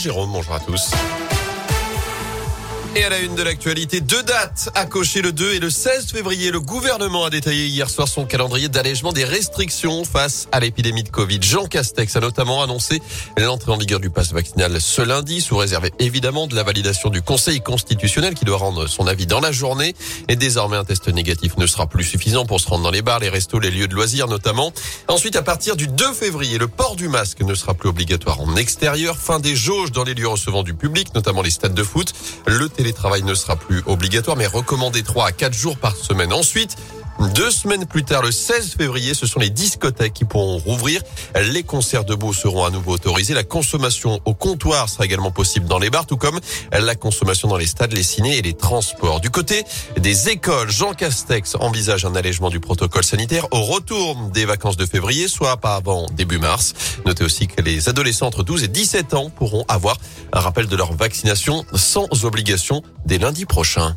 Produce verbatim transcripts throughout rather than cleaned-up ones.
Jérôme, bonjour à tous. Et à la une de l'actualité, deux dates à cocher, le deux et le seize février. Le gouvernement a détaillé hier soir son calendrier d'allègement des restrictions face à l'épidémie de Covid. Jean Castex a notamment annoncé l'entrée en vigueur du pass vaccinal ce lundi, sous réserve évidemment de la validation du Conseil constitutionnel qui doit rendre son avis dans la journée. Et désormais, un test négatif ne sera plus suffisant pour se rendre dans les bars, les restos, les lieux de loisirs notamment. Ensuite, à partir du deux février, le port du masque ne sera plus obligatoire en extérieur. Fin des jauges dans les lieux recevant du public, notamment les stades de foot. Le télétravail ne sera plus obligatoire, mais recommandé trois à quatre jours par semaine. Ensuite, deux semaines plus tard, le seize février, ce sont les discothèques qui pourront rouvrir. Les concerts debout seront à nouveau autorisés. La consommation au comptoir sera également possible dans les bars, tout comme la consommation dans les stades, les cinés et les transports. Du côté des écoles, Jean Castex envisage un allègement du protocole sanitaire au retour des vacances de février, soit pas avant début mars. Notez aussi que les adolescents entre douze et dix-sept ans pourront avoir un rappel de leur vaccination sans obligation dès lundi prochain.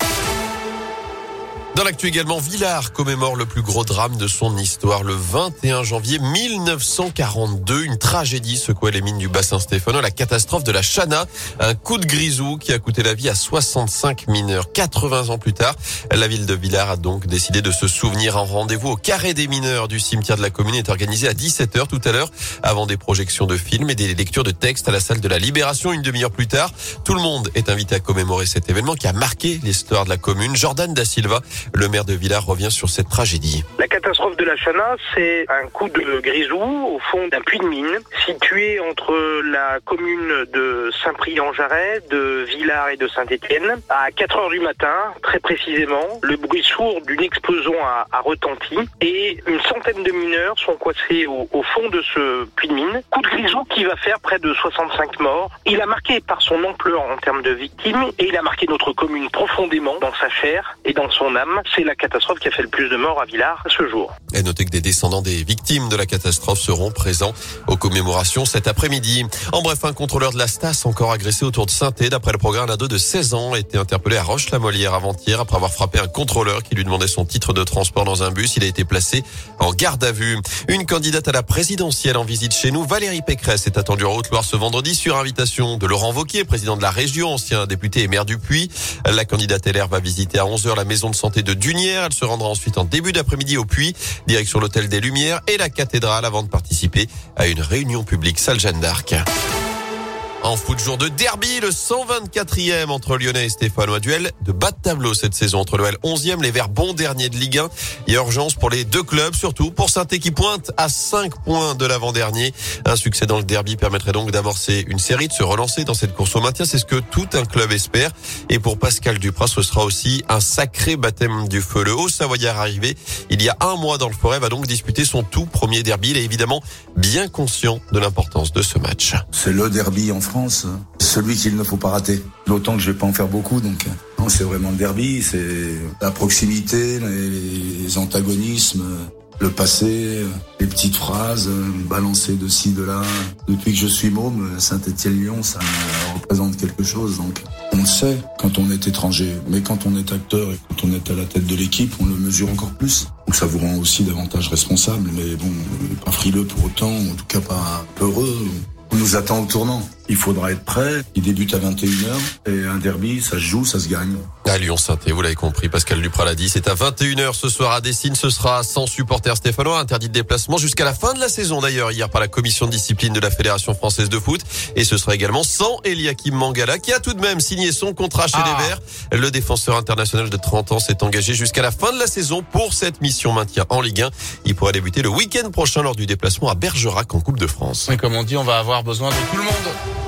Dans l'actu également, Villars commémore le plus gros drame de son histoire le vingt et un janvier mille neuf cent quarante-deux. Une tragédie secouait les mines du bassin stéphanois, la catastrophe de la Chana. Un coup de grisou qui a coûté la vie à soixante-cinq mineurs. quatre-vingts ans plus tard, la ville de Villars a donc décidé de se souvenir. Un rendez-vous au carré des mineurs du cimetière de la commune est organisé à dix-sept heures tout à l'heure, avant des projections de films et des lectures de textes à la salle de la Libération. Une demi-heure plus tard, tout le monde est invité à commémorer cet événement qui a marqué l'histoire de la commune. Jordan Da Silva, le maire de Villars, revient sur cette tragédie. La catastrophe de la Chana, c'est un coup de grisou au fond d'un puits de mine situé entre la commune de Saint-Priest-en-Jarret, de Villars et de Saint-Étienne. À quatre heures du matin, très précisément, le bruit sourd d'une explosion a, a retenti et une centaine de mineurs sont coincés au, au fond de ce puits de mine. Coup de grisou qui va faire près de soixante-cinq morts. Il a marqué par son ampleur en termes de victimes et il a marqué notre commune profondément dans sa chair et dans son âme. C'est la catastrophe qui a fait le plus de morts à Villars ce jour. Et notez que des descendants des victimes de la catastrophe seront présents aux commémorations cet après-midi. En bref, un contrôleur de la Stas encore agressé autour de Saint-Thé. D'après le programme, un ado de seize ans a été interpellé à Roche-la-Molière avant-hier après avoir frappé un contrôleur qui lui demandait son titre de transport dans un bus. Il a été placé en garde à vue. Une candidate à la présidentielle en visite chez nous, Valérie Pécresse, est attendue en Haute-Loire ce vendredi sur invitation de Laurent Wauquiez, président de la région, ancien député et maire du Puy. La candidate L R va visiter à onze heures la maison de santé de Dunière. Elle se rendra ensuite en début d'après-midi au Puy, direction l'hôtel des Lumières et la cathédrale avant de participer à une réunion publique salle Jeanne d'Arc. En foot, jour de derby, le cent vingt-quatrième entre Lyonnais et Stéphanois. Duel de bas de tableau cette saison entre l'O L onzième, les Verts bons derniers de Ligue un. Il y a urgence pour les deux clubs, surtout pour Saint-Étienne qui pointe à cinq points de l'avant-dernier. Un succès dans le derby permettrait donc d'amorcer une série, de se relancer dans cette course au maintien. C'est ce que tout un club espère. Et pour Pascal Duprat, ce sera aussi un sacré baptême du feu. Le Haut-Savoyard arrivé il y a un mois dans le Forêt va donc disputer son tout premier derby. Il est évidemment bien conscient de l'importance de ce match. C'est le derby en France, celui qu'il ne faut pas rater. D'autant que je vais pas en faire beaucoup, donc non, c'est vraiment le derby, c'est la proximité, les, les antagonismes, le passé, les petites phrases balancées de ci, de là. Depuis que je suis môme, Saint-Étienne-Lyon, ça représente quelque chose. Donc on le sait quand on est étranger, mais quand on est acteur et quand on est à la tête de l'équipe, on le mesure encore plus. Donc ça vous rend aussi davantage responsable, mais bon, pas frileux pour autant, en tout cas pas peureux. On nous attend au tournant. Il faudra être prêt. Il débute à vingt et une heures. Et un derby, ça se joue, ça se gagne. À Lyon-Saint-Étienne, vous l'avez compris, Pascal Duprat l'a dit, c'est à vingt et une heures ce soir à Dessines. Ce sera sans supporters stéphanois, interdit de déplacement jusqu'à la fin de la saison d'ailleurs, hier par la commission de discipline de la Fédération française de foot. Et ce sera également sans Eliakim Mangala, qui a tout de même signé son contrat chez ah. les Verts. Le défenseur international de trente ans s'est engagé jusqu'à la fin de la saison pour cette mission maintien en Ligue un. Il pourra débuter le week-end prochain lors du déplacement à Bergerac en Coupe de France. Et comme on dit, on va avoir besoin de tout le monde.